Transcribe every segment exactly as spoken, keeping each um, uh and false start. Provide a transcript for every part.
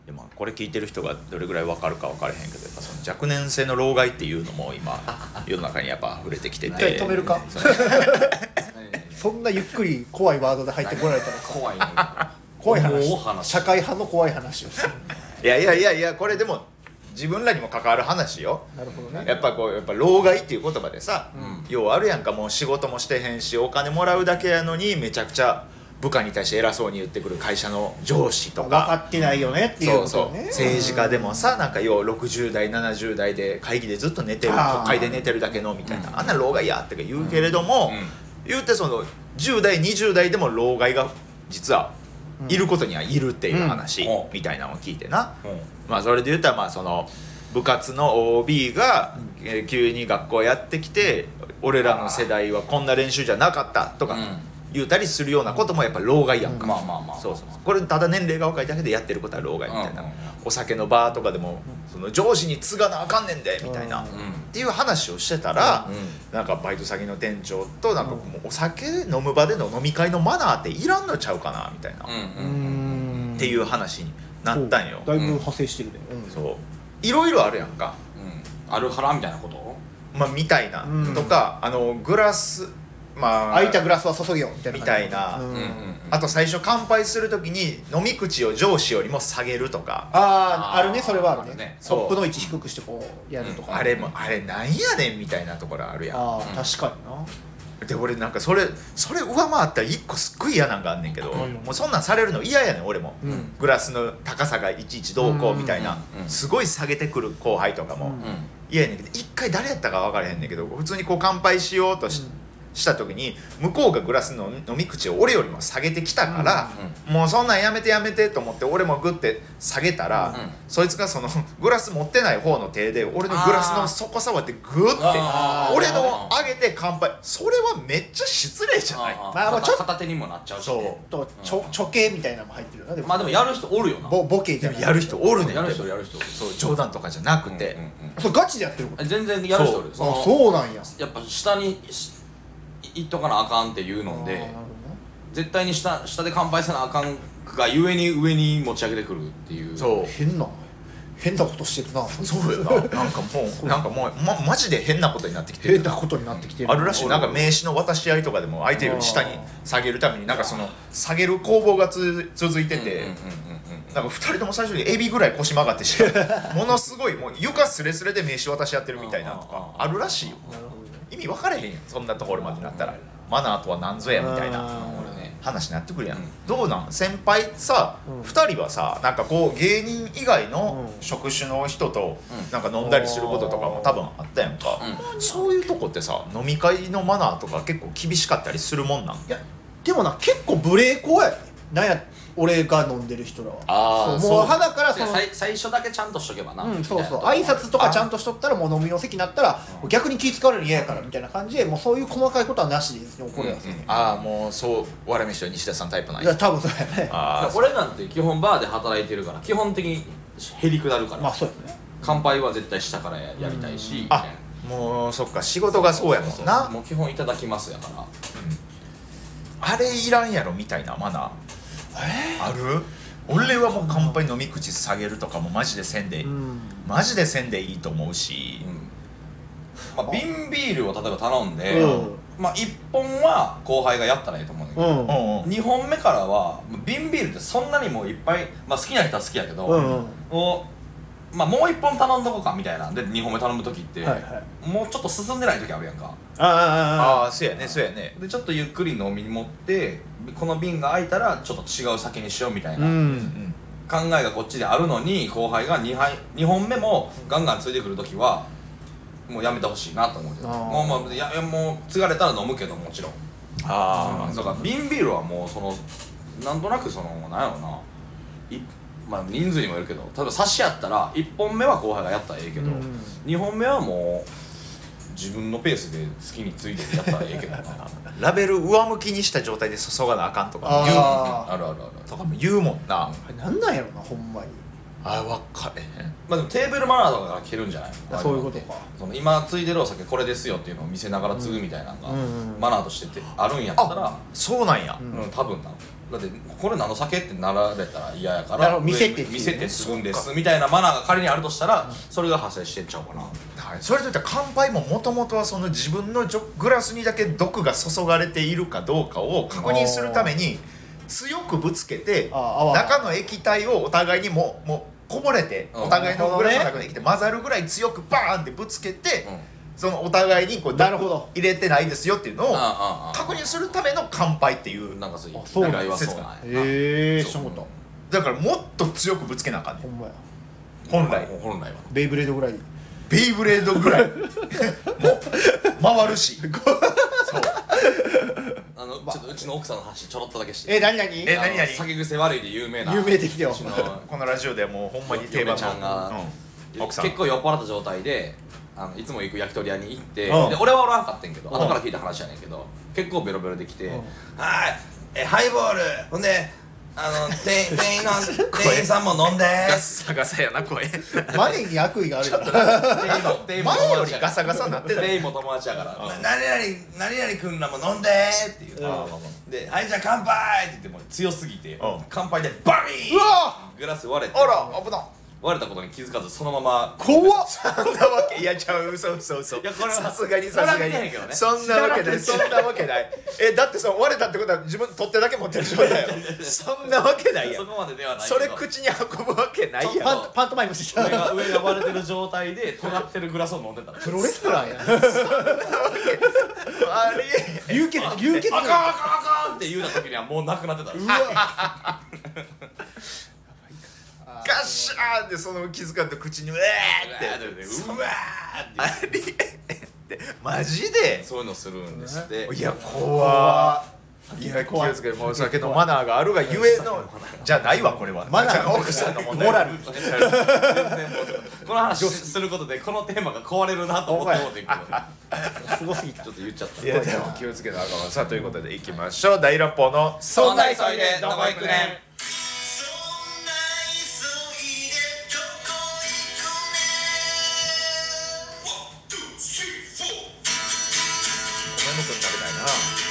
でもこれ聞いてる人がどれぐらい分かるか分からへんけど、やっぱその若年性の老害っていうのも今世の中にやっぱ溢れてきてて、 一回止めるかそんなゆっくり怖いワードで入ってこられたのか。 怖い怖い話、 話社会派の怖い話をしてる。 いやいやいやいや、これでも自分らにも関わる話よ。 なるほどね。 やっぱこうやっぱ老害っていう言葉でさ、 うん要はあるやんか、もう仕事もしてへんしお金もらうだけやのにめちゃくちゃ部下に対して偉そうに言ってくる会社の上司と分か、 かってないよねっていうそうそうことね。 政治家でもさ、なんかようろくじゅう代ななじゅう代で会議でずっと寝てる、 あー国会で寝てるだけのみたいな、あんな老害やって言うけれども、言うてそのじゅう代にじゅう代でも老害が実はいることにはいるっていう話うんみたいなのを聞いてな、 うんまあそれで言ったらまあその部活の オービー がえー急に学校やってきて、俺らの世代はこんな練習じゃなかったとかうん言うたりするようなこともやっぱ老害やんか、 まあまあまあそうそう、これただ年齢が若いだけでやってることは老害みたいな、 うんうんお酒のバーとかでもその上司に継がなあかんねんでみたいな、 うんっていう話をしてたら、なんかバイト先の店長となんかもうお酒飲む場での飲み会のマナーっていらんのちゃうかなみたいな、 うんううんんっていう話になったんよ。 だいぶ派生してるね。うんそういろいろあるやんか、 うんあるはらみたいなことまあ、みたいな、 うんとかあのグラスまあ空いたグラスは注げよみたいなみたいなうんうんうんあと最初乾杯するときに飲み口を上司よりも下げるとか、 あーあるね、それはあるねあるね。 トップの位置低くしてこうやるとか。 あれもあれなんやねんみたいなところあるやん。 あうんー確かにな。 で俺なんかそれそれ上回ったら一個すっごい嫌なんがあんねんけど、 うんもうそんなんされるの嫌やねん俺も、 うんグラスの高さがいちいちどうこうみたいな、 うんすごい下げてくる後輩とかもうん嫌やねんけど、一回誰やったか分からへんねんけど普通にこう乾杯しようとし,、した時に向こうがグラスの飲み口を俺よりも下げてきたから、もうそんなんやめてやめてと思って俺もグッて下げたら、 うんそいつがそのグラス持ってない方の手で俺のグラスの底触ってグッてあー俺の上げて乾杯。それはめっちゃ失礼じゃない？ あまあまあちょっと片手にもなっちゃうしそうねとちょちょけみたいなのも入ってるよな。でもまあでもやる人おるよなボボケじゃない。 でもやる人おるねんやるて。 人やる人おるそう冗談とかじゃなくて、 うんうんうんそれガチでやってること。 全然やる人おるそうあのそうなんや。 やっぱ下にしいっとかなあかんっていうのであーなるほどね絶対に下下で乾杯せなあかんがゆえに上に持ち上げてくるっていうそう変な変なことしてるな。 そうよな。なんかもうなんかもうまマジで変なことになってきてる変なことになってきてる。 あるらしい。なんか名刺の渡し合いとかでも相手より下に下げるためになんかその下げる攻防がつ続いてて、 うんうんうんうんなんかふたりとも最初にエビぐらい腰曲がってしものすごいもう床スレスレで名刺渡し合ってるみたいなとかあるらしいよ。 なるほどね。 意味分かれへんやんそんなところまでなったら。マナーとは何ぞやみたいなあー俺ね話になってくるやん、 うんどうなん先輩さ、 うんふたりはさなんかこう芸人以外のうん職種の人とうんなんか飲んだりすることとかも多分あったやんか、そういうとこってさ飲み会のマナーとか結構厳しかったりするもんなん？ いやでもな結構無礼講やね。なんや俺が飲んでる人らは。 あーそうもう肌からその。 で最最初だけちゃんとしとけばなうん、そうそうみたいな挨拶とかちゃんとしとったらもう飲みの席になったらうん逆に気使われるの嫌やからみたいな感じでもうそういう細かいことはなしでですね怒るやつ、 うんうんああもうそう笑飯は西田さんタイプなんや。 いや多分そうやね。 あー俺なんて基本バーで働いてるから基本的にへりくだるから、 まあそうやね。 乾杯は絶対下からややりたいし、 あもうそっか仕事がそうやもんな。 もう基本いただきますやからあれいらんやろみたいなマナー、ある？俺はもう乾杯飲み口下げるとかもマジでせんでいい、 うんマジでせんでいいと思うし、 まあ、瓶ビールを例えば頼んで、 うんまあ、いっぽんは後輩がやったらいいと思うんだけど、 うんうんうんにほんめからは瓶ビールってそんなにもういっぱい、まあ、好きな人は好きやけど、 うんうんもう、まあ、もういっぽん頼んどこうかみたいなんでにほんめ頼む時って、 はいはいもうちょっと進んでない時あるやんかああああああそうやねそうやね。 でちょっとゆっくり飲みに持ってこの瓶が空いたらちょっと違う酒にしようみたいな、 ううんん考えがこっちであるのに後輩がにはいにほんめもガンガンついてくる時はもうやめてほしいなと思うけどあーもう、まあ、いやいやもう継がれたら飲むけどもちろんあだから瓶ビールはもうそのなんとなくそのなんやろないまあ人数にもよるけど例えば差しやったらいっぽんめは後輩がやったらええけど、 うんにほんめはもう自分のペースで好きについてやったらええけどなあラベル上向きにした状態で注がなあかんとかあー言うあるあるあるとかも言うもんな。 あれなんなんやろなほんまに。 あ分かれへん。 まあでもテーブルマナーとかから聞けるんじゃないあそういうことかその今ついでるお酒これですよっていうのを見せながら継ぐみたいなのが、 うんうんマナーとしててあるんやったらあそうなんや、 ううんん、多分なだってこれ何の酒ってなられたら嫌やから見せて見せてするんですみたいなマナーが仮にあるとしたら、それが発生してんちゃうかな。 はい、それといったら乾杯ももともとはその自分のジョグラスにだけ毒が注がれているかどうかを確認するために強くぶつけて中の液体をお互いにももうこぼれてお互いのグラスの中の液体混ざるぐらい強くバーンってぶつけて、うん、そのお互いにこう入れてないですよっていうのを確認するための乾杯っていうなんかそういう由来はそうなんや。へえ、そう思った。 だからもっと強くぶつけなあかんねん。 ほんまや。 本来本来はベイブレードぐらいベイブレードぐらいもう回るしそうあのちょっとうちの奥さんの話ちょろっとだけして。 え、何何え、何何酒癖悪いで有名な有名的だよ。 このラジオではもうほんまに定番のちゃんが奥さん結構酔っ払った状態であのいつも行く焼き鳥屋に行って、で俺はおらんかってんけど後から聞いた話やねんけど、結構ベロベロできて「はいえハイボールほんであの店店員の店員さんも飲んで」 ガサガサやな声マネに悪意があるよ前よりガサガサなってた。 店員も友達やから「何々何々君らも飲んで」って言うで「はいじゃあ乾杯」って言っても強すぎて乾杯でバリーングラス割れて、 あら危な割れたことに気づかずそのまま怖っそんなわけいやちゃう嘘嘘嘘さすがにさすがにそんなわけないそんなわけないえだってその割れたってことは自分取っ手だけ持ってる状態よそんなわけないやんそこまでではないけそどれ口に運ぶわけないやんパンパントマイムして上が上が割れてる状態で尖ってるグラスを飲んでたプロレスラーやあり流血流血あかんあかんあかんって言うた時にはもうなくなってた。 うわガッシャーってその気づかんと口にうわーってうわーってってマジでそういうのするんですって。 いや怖いや気をつけてもうお酒のマナーがあるがゆえのじゃないわこれはマナーの奥さんの問題モラル全然もうこの話することでこのテーマが壊れるなと思って思ってんけどすごすぎたちょっと言っちゃった。 いやでも気をつけなあかんわさあということでいきましょう大乱暴のそんな急いでどこ行くねん。 眠くなりたいな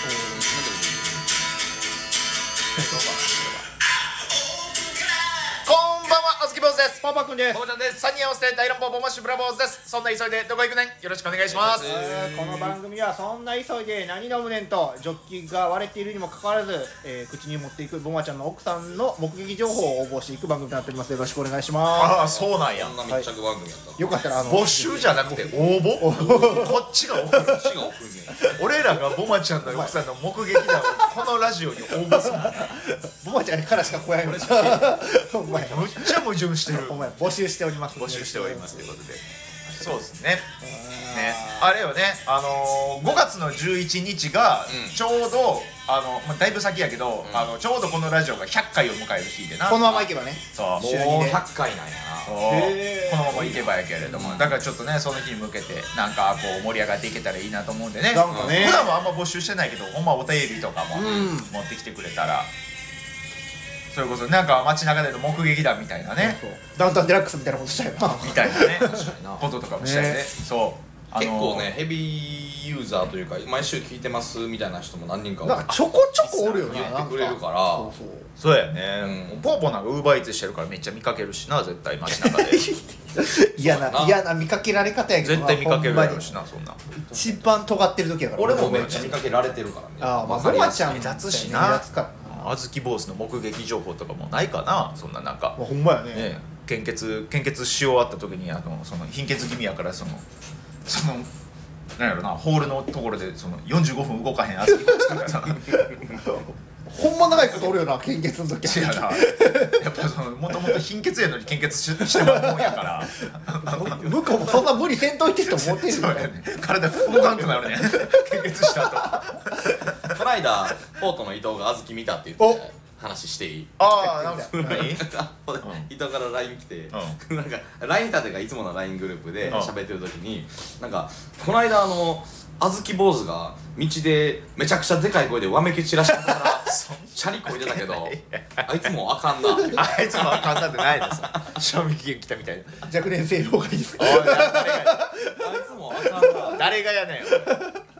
こんばんは、あずき坊主です。 パパくんです。 ともちゃんです。 さんにん合わせて大乱暴ボマッシュブラボーズです。そんな急いでどこ行くねんよろしくお願いします。 えーこの番組はそんな急いで何飲むねんとジョッキが割れているにもかかわらず、えー口に持っていくボマちゃんの奥さんの目撃情報を応募していく番組となっております。よろしくお願いしまああ、そうなんやこんな密着番組やったの。 す。よかったらあの募集じゃなくて応募こっちが送るこっちが送んねん。 俺らがボマちゃんの奥さんの目撃談をこのラジオに応募するボマちゃんからしか来やんよお前むっちゃ矛盾してるお前募集しております。 募集しておりますということでそうですねねあれよねあのー、ごがつのじゅういちにちがちょうど、あの、まあ、だいぶ先やけど、うん、あのちょうどこのラジオがひゃっかいを迎える日でなこのままいけばねそうもうひゃっかいなんやな。 そうこのままいけばやけれども、うん、だからちょっとねその日に向けてなんかこう盛り上がっていけたらいいなと思うんでねなんかね普段はあんま募集してないけどほんまお便りとかも持ってきてくれたら、それこそなんか街中での目撃談みたいなねダウンタウンデラックスみたいなことしたよなみたいなねこととかもしたりねねそう結構ねヘビーユーザーというか毎週聞いてますみたいな人も何人かなんかちょこちょこおるよな言ってくれるからそうそうそうやね、うん、ポーポーなんかウーバーイーツしてるからめっちゃ見かけるしな絶対街中で嫌な嫌な見かけられ方やけど絶対見かけるやろしなそんな一番尖ってる時やから俺もめっちゃ見かけられてるからね。 ああまあボマちゃん目立つしな目立つからなあずき坊主の目撃情報とかもないかなそんななんか、 まあ、ほんまやねね献血献血し終わった時にあのその貧血気味やからそのそのなんやろなホールのところでそのよんじゅうごふん動かへんあずき坊主とかさほんま長いことおるよな献血の時せやなやっぱそのもともと貧血やのに献血ししてもらうもんやから向こうもそんな無理せんといてって思ってるそうやね体動かんくなるね献血した後この間ポートの伊藤が小豆見たって言って話していい？ ああなんか何伊藤から ライン 来て、うん、なんか ライン 立てがいつもの ライン グループで喋ってる時に、うん、なんかこの間あの小豆坊主が道でめちゃくちゃでかい声でわめき散らしてたからチャリこいでたけどあいつもあかんなあいつもあかんなってないです賞味期限来たみたいな若年性老害ですかおい誰があいつもあかんな誰がやねん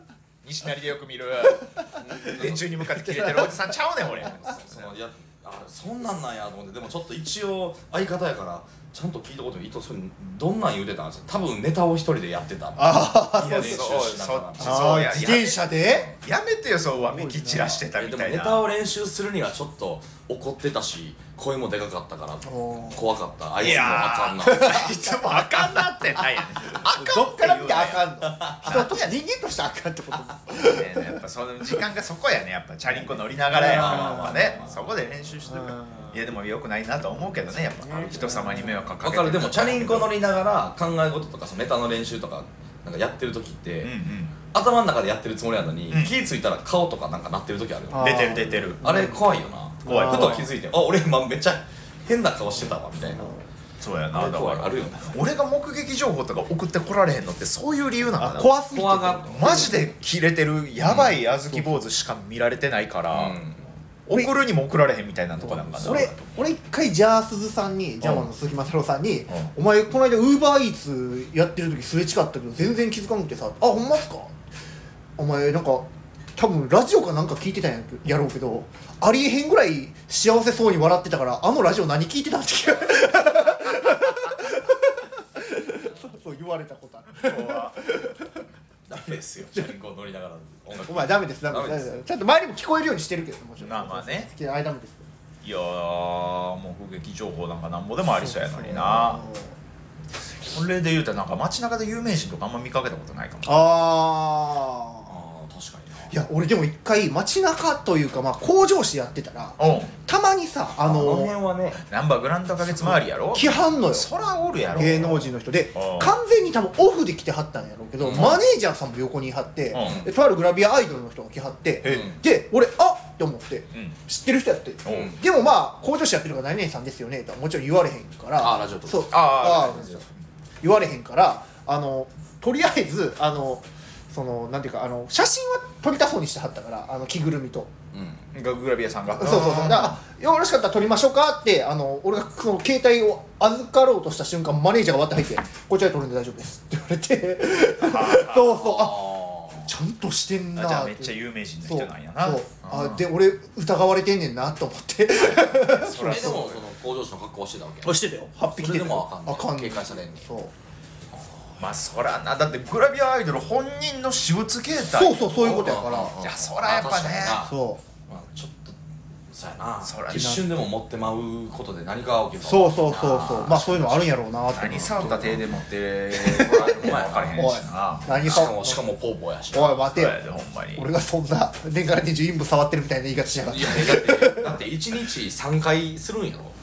西成でよく見る電柱に向かって切れてるおじさんちゃうねん俺そのいやあそんなんなんやと思って、でもちょっと一応相方やからちゃんと聞いたことに、伊藤それどんなん言うてたんですか。多分ネタを一人でやってた。 ああいやそうですそうしながらそっちそうや自転車でやめてよそうわめき散らしてたみでもたいなネタを練習するにはちょっと怒ってたし、声もでかかったからおー怖かった。あいついやーもあかんな。 あいつもあかんなってないやねんあかんどっから見てあんかんの人として人間としてあかんってことねやっぱその時間がそこやねやっぱチャリンコ乗りながらやからやっぱねうんそこで練習してるからうんいやでもよくないなと思うけどねやっぱ人様に迷惑かけてわかる。でもチャリンコ乗りながら考え事とかそのネタの練習とかなんかやってる時って、 うんうん頭の中でやってるつもりなのに、 うん気ぃ付いたら顔とかなんかなってる時あるよ。 あ出てる出てるあれ怖いよな。 怖いふと気づいて、あ俺今めっちゃ変な顔してたわみたいな。 そうやあれなだから怖いあるよね。 俺が目撃情報とか送ってこられへんのってそういう理由なんだな怖すぎて怖がマジでキレてるやばい小豆坊主しか見られてないから、 うん送るにも送られへんみたいなとこなんかな俺俺一回ジャースズさんにジャマの鈴木雅郎さんにん 「お前この間ウーバーイーツやってる時すれ違ったけど全然気づかなくてさあほんまっすかお前なんか多分ラジオかなんか聞いてたんややろうけどありえへんぐらい幸せそうに笑ってたからあのラジオ何聞いてたん?」って聞かれそうそう言われたことあるダメですよ。チャリンコ乗りながら音楽。 お前ダメですダメですダメですダメですちゃんと周りも聞こえるようにしてるけどもちろんまあまあねあれダメですいやー目撃情報なんかなんぼでもありそうやのになこれで言うたらなんか街中で有名人とかあんま見かけたことないかもああああ確かにな。 いや俺でも一回街中というかまあ工場紙やってたらおうたまにさああのの辺はね。 ナンバーグランド花月周りやろ来はんのよそらおるやろ芸能人の人でうん完全に多分オフで来てはったんやろうけど、 うんマネージャーさんも横にいはって、 うんでとあるグラビアアイドルの人が来はって、 えで俺あっって思ってうん知ってる人やって、 おうでもまあ工場紙やってるから何々さんですよねとはもちろん言われへんからあラジオとかそうああ言われへんからあのとりあえずあのそのなんていうかあの写真は撮りたそうにしてはったからあの着ぐるみと。 うん。 がグラビアさんがそうそうそうだからあよろしかったら撮りましょうかってあの俺がその携帯を預かろうとした瞬間マネージャーが割って入って「こちらで撮るんで大丈夫です」って言われてそうそうああちゃんとしてんなあじゃあってめっちゃ有名人のそう人なんやなそうあうんで俺疑われてんねんなと思ってそらえでもその工場紙の格好をしてたわけ。 してたよはっぴきそれてたでもあかんねあかんね警戒されんねん。 そうまあそらなだってグラビアアイドル本人の私物携帯そうそうそういうことやからいやそらやっぱねそうまあちょっとそうやな。 そら一瞬でも持ってまうことで何が起きるか。 そうそうそうそうまあそういうのあるんやろうなって何触った手で持ってもらえるのか分からへんしな何しかかもしかもポーポーやし。 おい待てよそうやでほんまに俺がそんな年がら年中陰部触ってるみたいな言い方しやがっていやだってだって一日三回するんやろ。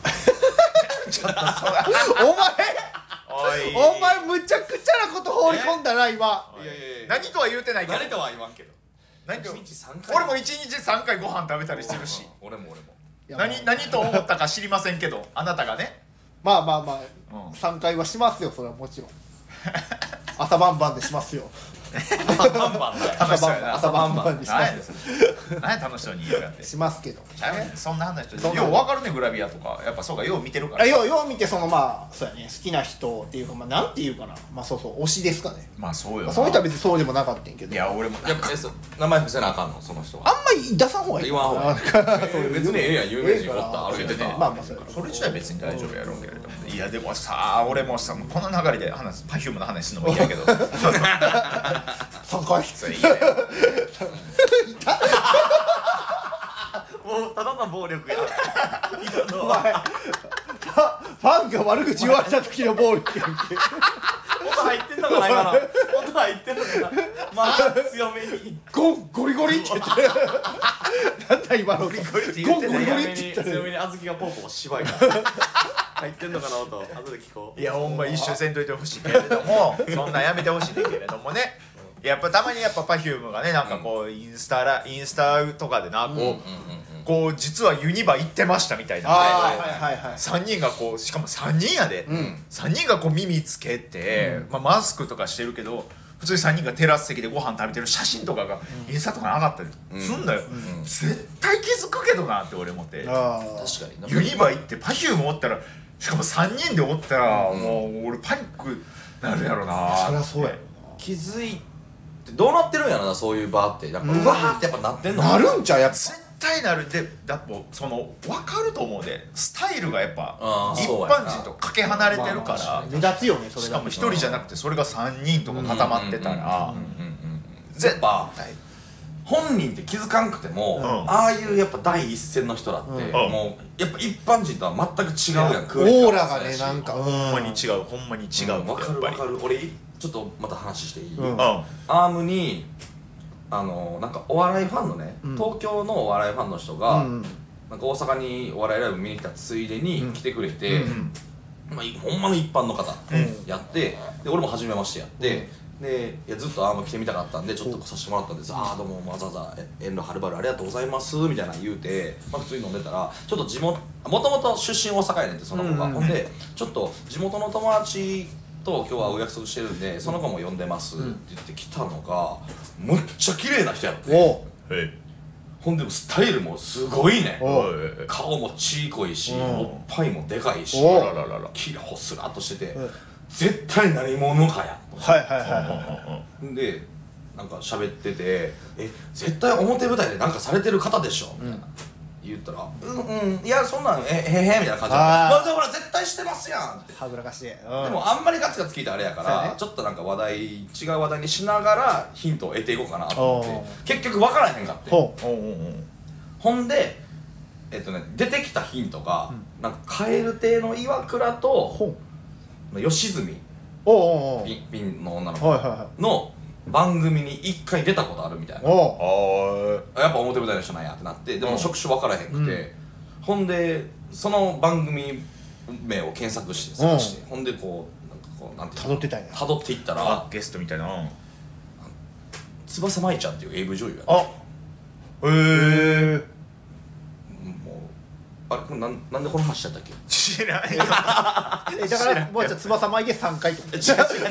おおい前お前むちゃくちゃなこと放り込んだな今いやいやいや。 何とは言うてないけど何とは言わんけど。 何と一日三回。 俺も一日さんかいご飯食べたりしてるしうん。俺も俺も。 いや何何と思ったか知りませんけどあなたがねまあまあまうんあさんかいはしますよそれはもちろん朝晩晩でしますよバンバンだよ。 楽しそうやな朝晩晩でしま何やす何や楽しそうに言いやがってしますけどちゃうねそんな話そんなよう分かるねグラビアとかやっぱそうかよう見てるからあようよう見てそのまあそうやね好きな人っていうかまあなんていうかなまあそうそう推しですかねまあそうよなまあその人は別にそうでもなかったんやけどいや俺もいやえそう名前伏せなあかんのその人は。 あんまり出さん方がいい言わん方がいいそういう別にええやん有名人おったええから歩いててまあまあそうやからそれ自体別に大丈夫やろうけれどもいやでもさ俺もさこの流れで話す Perfume の話するのも嫌やけどさんかいそれいいねもうただの暴力や。 お前ファファンが悪口言われた時の暴力やんけ音入ってんのかな今の。音入ってんのかな。まあ強めに。 ゴンゴリゴリって言ってなんだ今のゴリゴリって言ってたゴンゴリゴリ強めにって言った強めに小豆がポーポー芝居から入ってんのかな音後で聞こう。 いやほんま一周せんといてほしいけれどもそんなんやめてほしいねんけれどもねやっぱたまにやっぱ Perfume がねなんかこうインスタラインスタとかでなこう、 うんうんうんこう実はユニバ行ってましたみたいなああはいはいはいさんにんがこうしかもさんにんやで、 んさんにんがこう耳つけて、まあ、マスクとかしてるけど普通にさんにんがテラス席でご飯食べてる写真とかがインスタとかに上がったりすんだよ、 ん絶対気づくけどなって俺思ってあ確かにユニバ行って Perfume おったらしかもさんにんでおったら、 うんもう俺パニックなるやろなあそりゃそうやろ気づいどうなってるんやろな、そういう場ってなんかうわーってやっぱなってんのなるんちゃうやっぱ絶対なるで、だっぱその分かると思うで、スタイルがやっぱあー一そうやな般人とかけ離れてるから、 まあまあ目立つよねそれがしかも一人じゃなくてそれがさんにんとか固まってたらうんうんうんうんや絶っぱ対本人って気づかんくても、 んああいうやっぱ第一線の人らって、 うんもうやっぱ一般人とは全く違うやん、 オ空気感ーラがねそうやしなんかほんまに違う、ほんまに違ううんわかるわやっぱりかる。俺ちょっとまた話していい、 うんうんアームにあのなんかお笑いファンのね、 うん東京のお笑いファンの人が、 うんなんか大阪にお笑いライブ見に来たついでにうん来てくれて、 うんまあ、いほんまの一般の方うんやって、で俺も初めましてやって、でいやずっとアーム来てみたかったんでちょっと来させてもらったんです、ああどうもわざわざ遠路はるばるありがとうございますみたいな言うて、まあ、普通に飲んでたらちょっと地元もともと出身大阪やねんってその子が、 うんうんほんでちょっと地元の友達と今日はお約束してるんでその子も呼んでますって言って来たのがむっちゃ綺麗な人やって、 おうへいほんでスタイルもすごいね、 おおい顔もちいこいし、 うんおっぱいもでかいし、 おあららららきれいほっすらっとしてて、 うん絶対何者かやはいはいはいはでなんか喋ってて「え絶対表舞台でなんかされてる方でしょ」みたいな、言ったら「うんうんいやそんなんえへへ」みたいな感じで「 あーまあ、ほら絶対してますやん」って。 いはぐらかしてででもあんまりガツガツ聞いたらあれやから、 そうやねちょっとなんか話題違う話題にしながらヒントを得ていこうかなと思っおて結局分からへんかってほおうおうおうほんでえっとね出てきたヒントが、なんか蛙亭の岩倉うとほう吉住おうおうおうピンピンの女の子はいはいはいの番組に一回出たことあるみたいな、 おうあやっぱ表舞台の人なんやってなってでもうん職種分からへんくて、 うんほんでその番組名を検索して探して、ほんでこうなんかこうなんていうの辿ってたんや辿っていったあらゲストみたいなうん翼舞ちゃんっていう エーブイ 女優やあへえへもうあれこれなんなんでこの話しちゃったっけ知らんよえだからもうじゃあ翼舞でさんかいってこと違う違う違う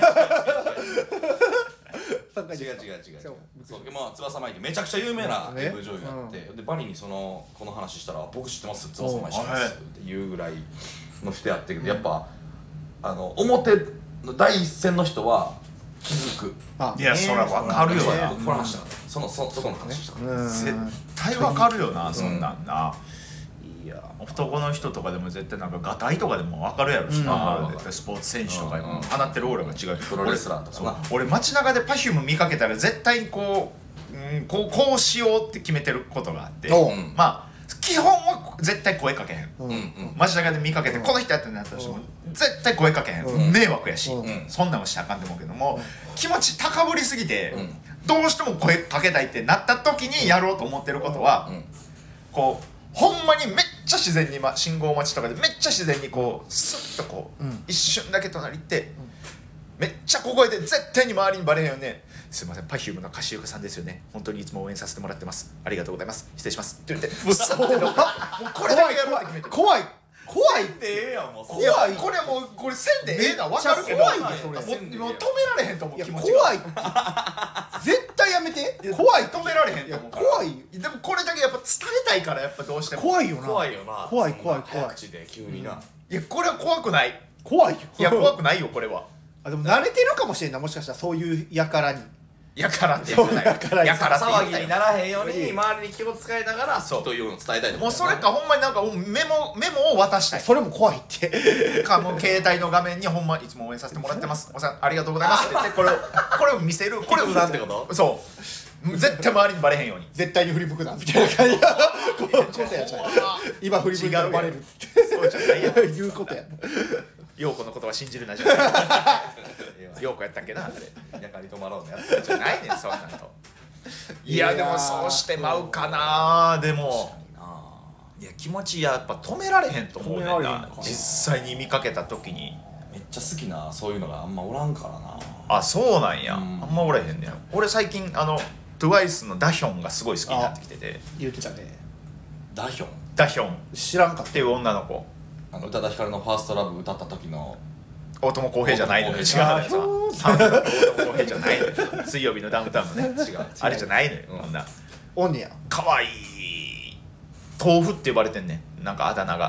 さんかい違う違う違う違うそうそうまあ翼舞ってめちゃくちゃ有名なねエーブイ 女優があって、でバニーにそのこの話したら「僕知ってます翼舞知ってます」っていうぐらいの人やってるけど、やっぱあの表の第一線の人は気づく。 あいやそらわかるよなそうやこの話したかったそのそそこの話したかった、 うん絶対わかるよなそんなんないや男の人とかでも絶対なんかガタイとかでもわかるやろしな、 うん絶対スポーツ選手とかにうんも放ってるオーラが違うプロレスラーとかな俺そう俺街中で Perfume 見かけたら絶対こう、うん、こうこうしようって決めてることがあって、 おううんまあ基本は絶対声かけへん、 うんうんうん街中で見かけて、この人やってんなったとしても絶対声かけへん、 うん迷惑やし、 うんそんなんはしたらあかんと思うけども、気持ち高ぶりすぎて、 うんどうしても声かけたいってなった時にやろうと思ってることは、 うんこうほんまにめっちゃ自然に、ま、信号待ちとかでめっちゃ自然にこうスッとこう、 うん一瞬だけ隣行って、めっちゃ小声で絶対に周りにバレへんよね「すいません Perfume の歌手さんですよね本当にいつも応援させてもらってますありがとうございます失礼します」って言ってブサッてもうこれだけやるって決めて怖い怖いええやんもういや怖いこれもうこれせんでええな分かるけどめっちゃ怖いでそれもうもう止められへんと思ういや気持ちが怖いって絶対やめて怖い止められへんと思うからいや怖いでもこれだけやっぱ伝えたいからやっぱどうしても怖いよな怖いよな怖い怖い怖い早口で急にな、 いやこれは怖くない怖いよいや怖くないよこれはあでも慣れてるかもしれんなもしかしたらそういうやからにやからって言うなよそうやからやからって言うなよ騒ぎにならへんように周りに気を使いながら好きというのを伝えたいともうそれかほんまになんかもうメモメモを渡したいそれも怖いってかもう携帯の画面にほんまいつも応援させてもらってますおさんありがとうございますって言ってこれをこれを見せるこれを普段ってことそう絶対周りにバレへんように絶対に振り向くなみたいな感じこういうことやっちゃう今振り向いたらバレるってそうじゃないやん言うことや陽子のことは信じるなじゃない陽子やったっけなあれやかり止まろうのやつじゃないねんそんなのいいやーやでもそうしてまうかなでもいや気持ちやっぱ止められへんと思うねんな止められへんかな実際に見かけた時にめっちゃ好きなそういうのがあんまおらんからなあそうなんや、 うんあんまおらへんねん俺最近あの トゥワイス のダヒョンがすごい好きになってきてて言ってたねダヒョンダヒョンっ知らんかっていう女の子あの宇多田ヒカルの「ファーストラブ歌った時の大友康平じゃないのよ違う大のよさ大友康平じゃないのよ水曜日のダウンタウンのね違うあれじゃないのよ、 うんこんなおんねやかわいい豆腐って呼ばれてんねんなんかあだ名が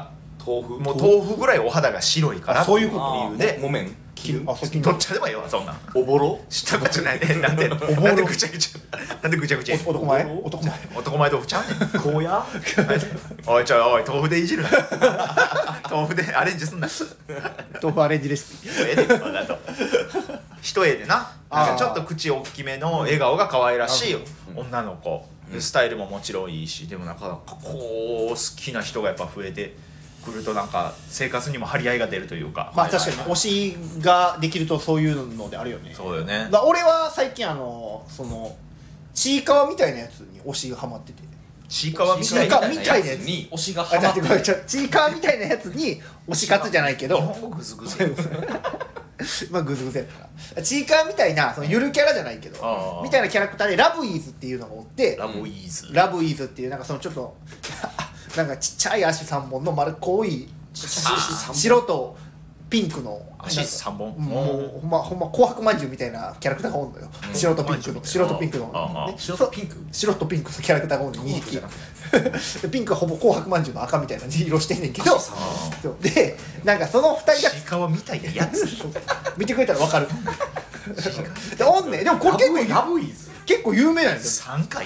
豆腐もう豆腐ぐらいお肌が白いからそういうこと理由で木綿切るあそっちどっちでもええわそんなんおぼろ知ったことないねなんでぼろなんでぐちゃぐちゃなんでぐちゃぐちゃ男前男前男前豆腐ちゃうねん高野おいちょおい豆腐でいじるな豆腐でアレンジすんな豆腐アレンジレシピええでわざと一重でななんかちょっと口大きめの笑顔が可愛らしい女の子でスタイルももちろんいいしでもなんかこう好きな人がやっぱ増えてくるとなんか生活にも張り合いが出るというかまあ確かに推しができるとそういうのであるよねそうよねだ俺は最近あのそのちいかわみたいなやつに推しがハマっててちいかわみたいちいかわなみたいなやつに推しがあハマってるちょちいかわみたいなやつに推し活じゃないけど日本語グズグズまあグズグズやったからちいかわみたいなそのゆるキャラじゃないけどあーみたいなキャラクターでラブイーズっていうのがおってラブイーズラブイーズっていうなんかそのちょっとなんかちっちゃい足さんぼんの丸っこい白とピンクの足さんぼんもうほんまほんま紅白まんじゅうみたいなキャラクターがおんのよ白とピンクの白とピンクのああね白とピンク白とピンクのキャラクターがおんのにひきでピンクはほぼ紅白まんじゅうの赤みたいな色してんねんけどそうでなんかそのふたりがちいかわみたいなやつ見てくれたら分かるでおんねんでもこれ結構ラブイーズ結構有名なんですよさんかい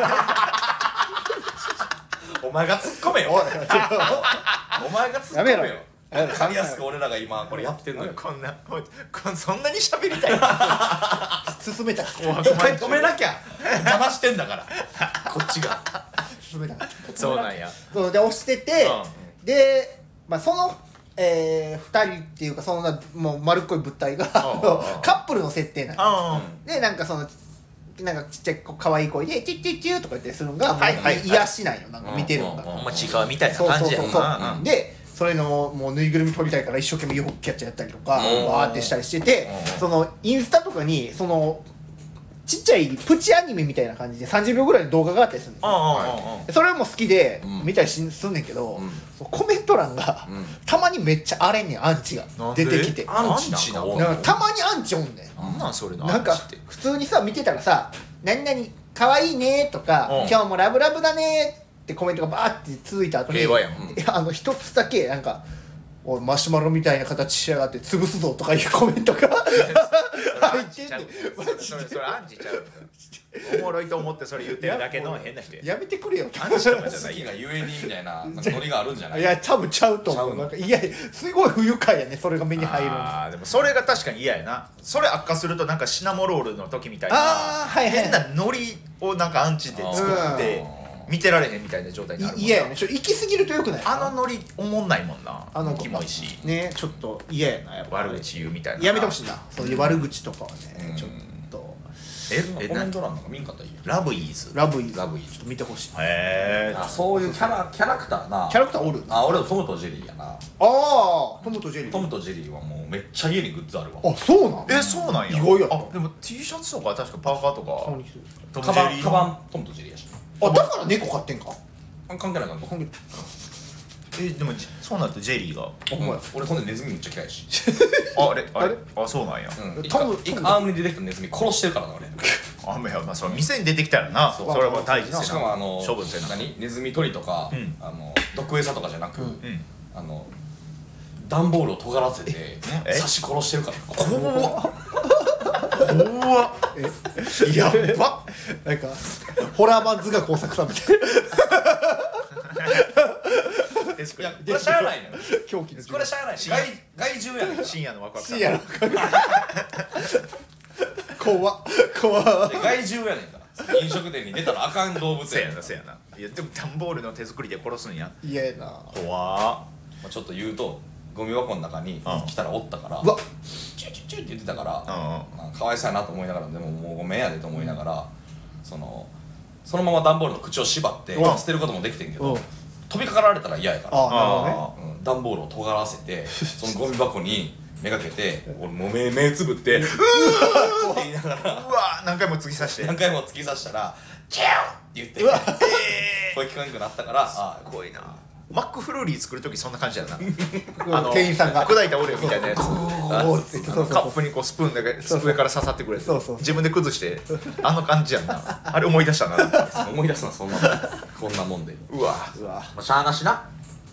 お前が突っ込めよおいお前が突っ込やめろめよわかりやすく俺らが今これやってんのよこんなこんそんなに喋りたい進めた一回止めなきゃ邪魔してんだからこっちが進めたかったそうなんやそうで押してて、で、まあ、その、えー、ふたりっていうかそんなもう丸っこい物体があカップルの設定なのあでなんかそのなんかちっちゃい子可愛い声でチュッチュッチュッとか言ってするのが、 はいはいはい癒しないのなんか見てるのが、 うんうんほんまちいかわみたいなそう感じやそうそうそう、 なうんでそれのもうぬいぐるみ取りたいから一生懸命 ユーエフオー キャッチャーやったりとかうんわーってしたりしててうんそのインスタとかにそのちっちゃいプチアニメみたいな感じでさんじゅうびょうぐらいの動画があったりするんですよあそれも好きでうん見たりしすんねんけど、 うんコメント欄が、 うんたまにめっちゃ荒れんねんアンチがなんで出てきてアンチなんか多いだからたまにアンチおんねんあなんなんそれのなんかアンチって普通にさ見てたらさ「何々かわいいね」とか、 うん今日もラブラブだね」ってコメントがバーって続いた後に平和やんいやあの一つだけなんか「おいマシュマロみたいな形しやがって潰すぞ」とかいうコメントが入ってんねんマジそれそれアンチちゃうおもろいと思ってそれ言ってるだけの変な人ややめてくれよアンチとかじゃない好きがゆえにみたいななんかノリがあるんじゃないいや多分ちゃうと思うちゃうのなんかいやすごい不愉快やねそれが目に入るのあーでもそれが確かに嫌やなそれ悪化するとなんかシナモロールの時みたいなあーはいはい変なノリをなんかアンチで作って見てられへんみたいな状態になるもんな嫌やねちょ行き過ぎるとよくないあのノリおもんないもんなあのキモいしねちょっと嫌やなやっぱ悪口言うみたいなやめてほしいなそういう悪口とかはね、 うんちょっとええなコメント欄なんか見んかったらいいやラブイーズラブイーラブイーズちょっと見てほしいへえあそういうキャラキャラクターなキャラクターおるああ俺はトムとジェリーやなあトムとジェリートムとジェリーはもうめっちゃ家にグッズあるわあそうなんえそうなんや意外やったあでも T シャツとか確かパーカーとか顔にするトムカバンカジェリーのバントムとジェリーやしあだから猫飼ってんかあ関係ない関係ないえでもじそうなるとジェリーがお前俺ほんでネズミめっちゃ嫌いやしあれあれあれあそうなんやうん一トムトム回一回アームに出てきたネズミ殺してるからな俺あまあまあそれ店に出てきたらなそれは大事しかもあの処分せな何ネズミ取りとか、 うんあの毒餌とかじゃなく、 うんうんあの段ボールを尖らせてえ刺し殺してるから怖っ怖っえやっばなんかホラー版図画工作さんみたいなえそいやこれしゃあないのよ狂気のこれしゃあないの深夜害害獣やねん深夜のワクワク深夜の怖っ怖っで害獣やねんから飲食店に出たらあかん動物せやねんやなせやないやでも段ボールの手作りで殺すんや嫌やな怖っまあちょっと言うとゴミ箱の中にうん来たらおったからうわチュチュチュって言ってたからうんなんかかわいそうやなと思いながらでももうごめんやでと思いながらそのそのまま段ボールの口を縛ってうん捨てることもできてんけどうん飛びかかられたら嫌やからあなるほどねうん段ボールを尖らせてそのゴミ箱にめがけて俺もう目目つぶって「うー!」って言いながらうわ何回も突き刺して何回も突き刺したら「キャー!」って言ってうわ声聞かなくなったからあすごいなマックフルーリー作る時そんな感じやなうん店員さんが砕いたオレオみたいなやつゴーって言ってそうそうカップにこうスプーンで上から刺さってくるやつそうそう自分で崩してあの感じやんなあれ思い出したな思い出すなそんなもんこんなもんでうわうわまあしゃあなしな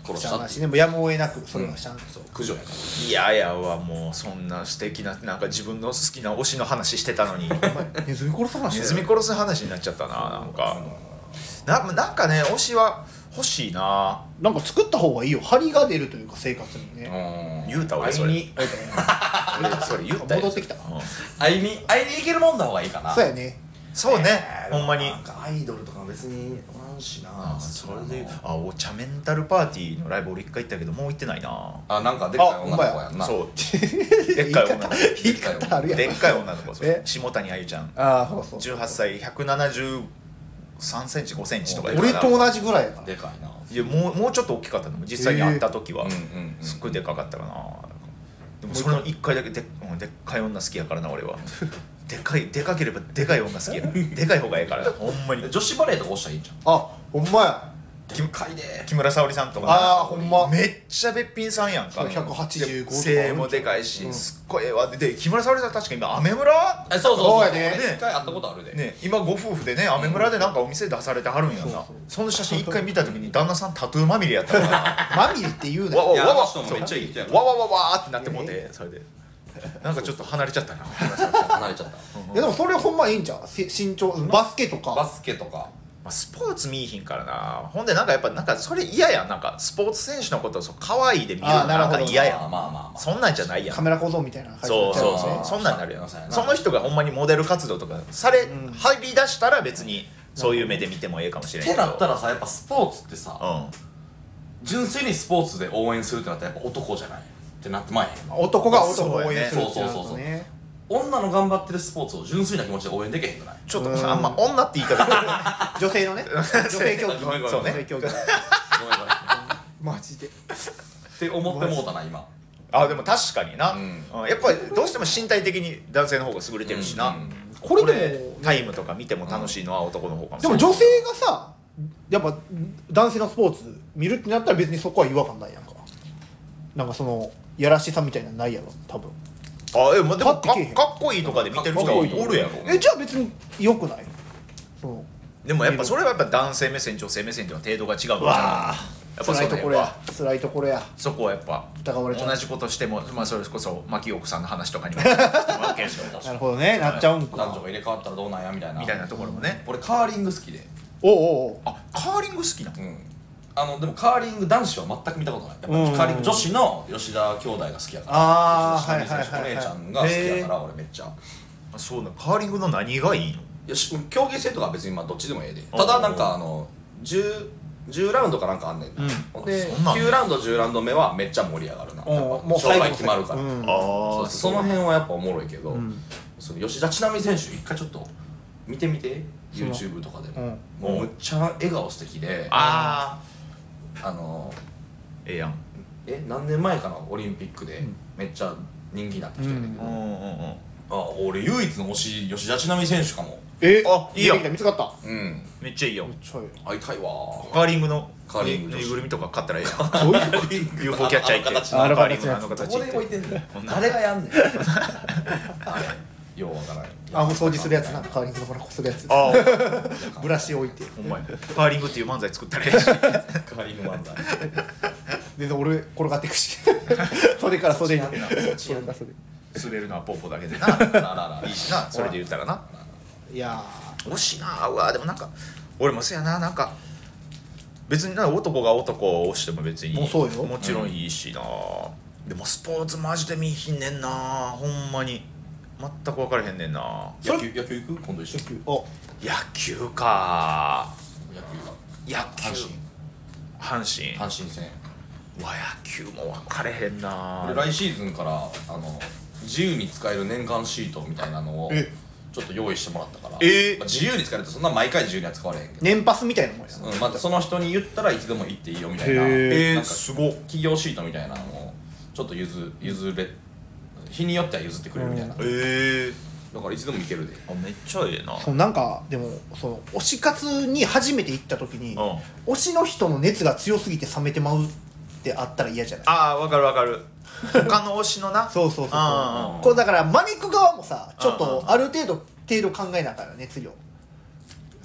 殺しゃあなししたっていうでもやむを得なくそれはしゃあない、 そう駆除やからいやいやはもうそんな素敵ななんか自分の好きな推しの話してたのにお前ネズミ殺す話ネズミ殺す話になっちゃったななんかななんかね推しは欲しいななんか作った方がいいよ張りが出るというか生活にね、 うん言うた俺それ会いに俺それ言ったよ戻ってきたうん会いに会いに行けるもんな方がいいかなそうやねそうねほんまになんかアイドルとか別におらんしなあそれであお茶メンタルパーティーのライブ俺一回行ったけどもう行ってないなあなんかでっかい女の子やんなそうでっかい女の子言い方あるやんでっかい女の子そうえ下谷あゆちゃんああそうそうじゅうはっさいひゃくななじゅうさんセンチごセンチとかやから俺と同じぐらいやからでかいないやもうもうちょっと大きかったの実際に会った時は、 うんうんうんすっごいでかかったかなでもそれのいっかいだけで、うん、でっかい女好きやからな俺はでかいでかければでかい女好きやでかい方がええからほんまに女子バレーとか押したらいいんじゃんあほんまやでっかいで木村沙織さんとかあーほんまめっちゃべっぴんさんやんかひゃくはちじゅうごとか背もでかいし、 うんすっごいええわでで木村沙織さん確か今アメ村えそうそうそうやね一回会ったことあるでね、今ご夫婦でねアメ村でなんかお店出されてはるんやな、 そうそうその写真一回見た時に旦那さんタトゥーまみれやったからまみれって言うなわわいやあのわわ人もめっちゃいい人やかわわわわーってなってもうてそれでなんかちょっと離れちゃったなら離れちゃったいやでもそれほんまいいんちゃうせ身長バスケとかバスケとかまあ、スポーツ見いひんからなほんでなんかやっぱなんかそれ嫌やんなんかスポーツ選手のことをそう可愛いで見るのなんあーなるほどか嫌やんまあまあまあまあそんなんじゃないやんカメラ小僧みたいな感じそうそうになっちゃねそうそんなんになるやんそうやなその人がほんまにモデル活動とかされ、 ん入り出したら別にそういう目で見てもええかもしれんけどってなったらさやっぱスポーツってさうん純粋にスポーツで応援するってなったらやっぱ男じゃないってなってまえへん男が男を応援するってなるそうそうそうそうとね女の頑張ってるスポーツを純粋な気持ちで応援できへんくないちょっとうんあんま女って言い方女性のね女性競技ごめんごめんそうね女性競技ごめんごめんマジでって思ってもうたな今あでも確かにな、 うんうんやっぱりどうしても身体的に男性の方が優れてるしな、 うんうんこれでもタイムとか見ても楽しいのは男の方かもしでれないも女性がさやっぱ男性のスポーツ見るってなったら別にそこは違和感ないやんかなんかそのやらしさみたいなのないやろ多分あえまあでもかパッてけえへんかっこいいとかで見てる人はおるやろえじゃあ別に良くないそのでもやっぱそれはやっぱ男性目線女性目線では程度が違うからわあやっぱ辛いところや辛いところやそこはやっぱ疑われちゃう同じことしてもまあそれこそ牧陽子さんの話とかにもしてもらうけどなるほどねなっちゃうんか男女が入れ替わったらどうなんやみたいなみたいなところもね俺カーリング好きでおうおうおうあカーリング好きなのうんあのでもカーリング男子は全く見たことないやっぱうんカーリング女子の吉田兄弟が好きやからあー吉田知美選手お姉ちゃんが好きやから俺めっちゃあそうなカーリングの何がいいのよし競技性とかは別にまあどっちでもええであーただなんかあの 10, 10ラウンドかなんかあんねんな、ほんでそんなんきゅうラウンドじゅうラウンド目はめっちゃ盛り上がるなおうやっぱもう勝敗決まるから、 うんあそうその辺はやっぱおもろいけど、 んその吉田知那美選手一回ちょっと見てみて YouTube とかでも、 うんもうむっちゃ笑顔素敵でああのええやんえ何年前かなオリンピックでめっちゃ人気になった人やねんけど、 うんうんうんあ俺唯一の推し吉田知那美選手かもえあいいやん出てきた見つかったうんめっちゃいいよちょい会いたいわカーリングのカーリングぬいぐるみとか買ったらええやんどういうこユーフォー キャッチャー行ってああのカーリングのあ形の形どこで置いてんねん誰がやんねんあれようわからないとあもう掃除するやつなカーリングのほらこするやつああブラシ置いてほんまやカーリングっていう漫才作ったらええしカーリング漫才で俺転がっていくし袖から袖にそっちやんなそっちやん袖から袖滑るのはポーポーだけでなあららいいしなそれで言ったらないや惜しいなうわでもなんか俺もそうやななんか別にな男が男を押しても別にもうそうよもちろんいいしな、でもスポーツマジで見ひんねんなほんまに全く分からへんねんな野球野球行く今度一緒にーお野球か野球が野球阪神阪神阪神戦うわ野球も分かれへんな俺来シーズンからあの自由に使える年間シートみたいなのをえちょっと用意してもらったから、 えまあ、自由に使えるとそんな毎回自由には使われへんけど、 年パスみたいなもんやなうんまあ、その人に言ったらいつでも行っていいよみたいなへーなんかすごっ企業シートみたいなのをちょっと譲譲れ日によっては譲ってくれるみたいな、 えー、 だからいつでも行けるであめっちゃええなそうなんかでもその推し活に初めて行った時に、 うん推しの人の熱が強すぎて冷めてまうってあったら嫌じゃないああ分かる分かる他の推しのなそうそうそうそうあーこれだから招く側もさちょっとうんある程度程度考えながら熱量その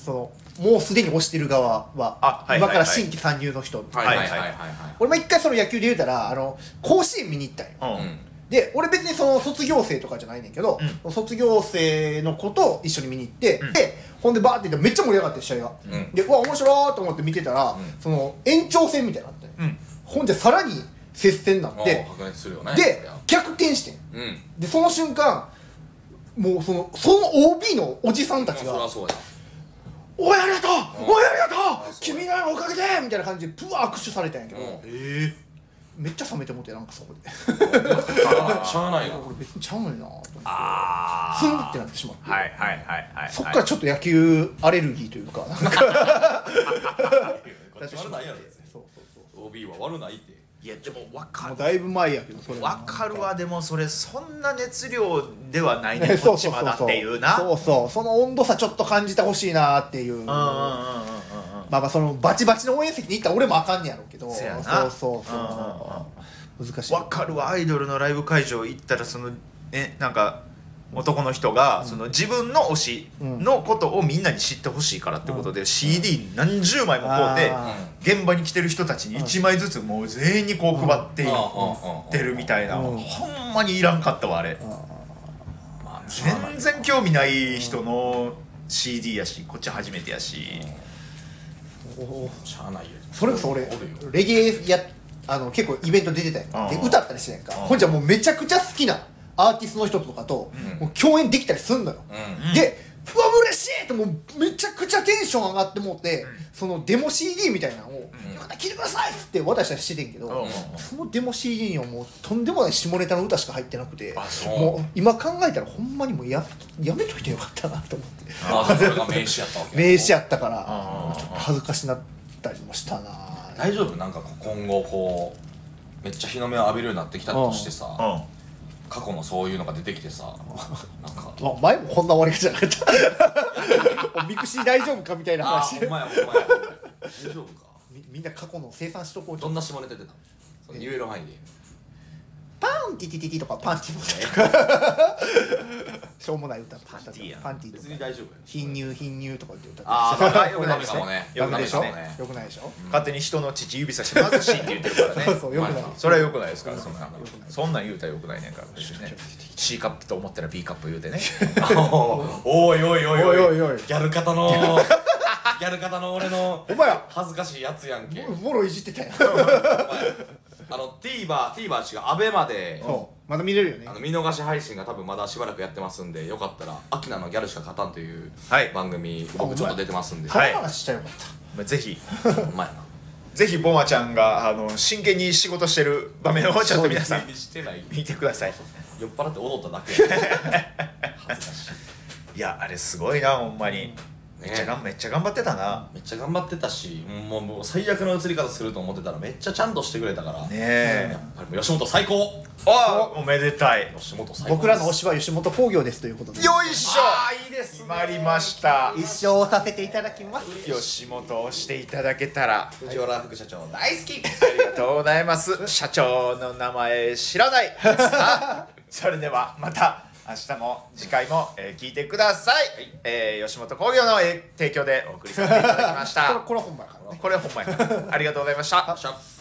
もうすでに推してる側は、 あはいはいはい今から新規参入の人、 はいはいはいはいはい。 俺も一回その野球で言うたらあの甲子園見に行ったんよ、 うんうんで俺別にその卒業生とかじゃないねんけど、 う卒業生の子と一緒に見に行って、 うん、 でほんでバーって言ってめっちゃ盛り上がって試合が、 うん、 でうわ面白いと思って見てたら、 うん、 その延長戦みたいになって、 うん、 ほんでさらに接戦になって白熱するよね。 で逆転してん、 うん、 でその瞬間もうそのその オービー のおじさんたちがまあそりゃそうや 「おいありがとう、 うん、 おいありがとう、 うん、 君のおかげで!」みたいな感じでブワー握手されたんやけど、 うん、 ええめっちゃ冷めてもってなんかそこでしゃあないな。 俺別にちゃうのになと思ってあスンってなってしまって、 はいはいはいはいそっからちょっと野球アレルギーというかなんかこっち悪ないやろ別に。 そうそうそうオービー は悪ないって。 いやでも分かるもうだいぶ前やけどそれは分かるわ。でもそれそんな熱量ではないねねこっちまだっていうな。 そうそうその温度差ちょっと感じてほしいなっていう、 うんうんうんうんうんうんまあまあそのバチバチの応援席に行ったら俺もあかんねやろうけど、 せやなそうそうそう、 うんうんうん難しい。 分かるわ。アイドルのライブ会場行ったらそのねなんか男の人がその自分の推しのことをみんなに知ってほしいからってことで シーディー 何十枚も買うてあ現場に来てる人たちにいちまいずつもう全員にこう配っていってるみたいな、 うんほんまにいらんかったわあれ。 まあ全然興味ない人の シーディー やしこっち初めてやし、 おおしゃあないよ。 それこそ俺おるよレゲエやあの結構イベント出てたやんでうん歌ったりしてんやんかうんほんじゃもうめちゃくちゃ好きなアーティストの人とかと、 うんもう共演できたりすんのよ、 うんでうわ嬉しいってもうめちゃくちゃテンション上がってもって、そのデモ シーディー みたいなのを、よかったら聴いてくださいっつって渡したりしててんけど、 うんそのデモ シーディー にはもうとんでもない下ネタの歌しか入ってなくて、 あそうもう今考えたらほんまにもうややめといてよかったなと思ってあそれが名刺やったわけ。 名刺やったからあーちょっと恥ずかしなったりもしたな。 大丈夫？なんかこう今後こうめっちゃ日の目を浴びるようになってきたとしてさ、 うん過去のそういうのが出てきてさ、なんかまあ、前もこんな終わりじゃなかったミクシー大丈夫かみたいなあ話ーほんまやほんまや大丈夫か。 みみんな過去の生産しとこう。 どんな下ネタ出たの？その言える範囲で。 パンティティティティとかパンティとかしょうもない歌パンティやんパンティとか別に大丈夫や。 貧乳貧乳とかって歌ってあーまあよくないですね。 よくないでしょよくないですねよくないでしょ勝手に人の父指さして貧しいって言ってるからねそうそうよくないそれはよくないですからそんなよくないそんなん言うたらよくないねんから別にね C カップと思ったら B カップ言うてねおいおいおいおいおいおいおいギャル方のギャル方の俺のお前や恥ずかしいやつやんけ。 もろいじってたやんあの TVer TVer 違うアベマでそうまだ見れるよねあの見逃し配信が多分まだしばらくやってますんで、よかったら「アキナのギャルしか勝たん」というはい番組、僕ちょっと出てますんで、 はいその話しちゃよかったぜひほんまやな。 ぜひボマちゃんがあの真剣に仕事してる場面をちょっと皆さんしてない。 見てください。 酔っ払って踊っただけや恥ずかしい。 いやあれすごいなほんまにめっちゃがんめっちゃ頑張ってたなめっちゃ頑張ってたし、もうもう最悪の映り方すると思ってたらめっちゃちゃんとしてくれたから、 ねえやっぱりもう吉本最高。 あおめでたい吉本最高です。 僕らの推しは吉本興業ですということでよいしょあーいいですね決まりました一生させていただきます。 吉本をしていただけたら藤原副社長大好き。 ありがとうございます社長の名前知らないさあそれではまた明日も次回も、えー聞いてください、えー吉本興業の、えー提供でお送りさせていただきましこれたこれは本番やからね。 これほんまやなありがとうございましたシャッ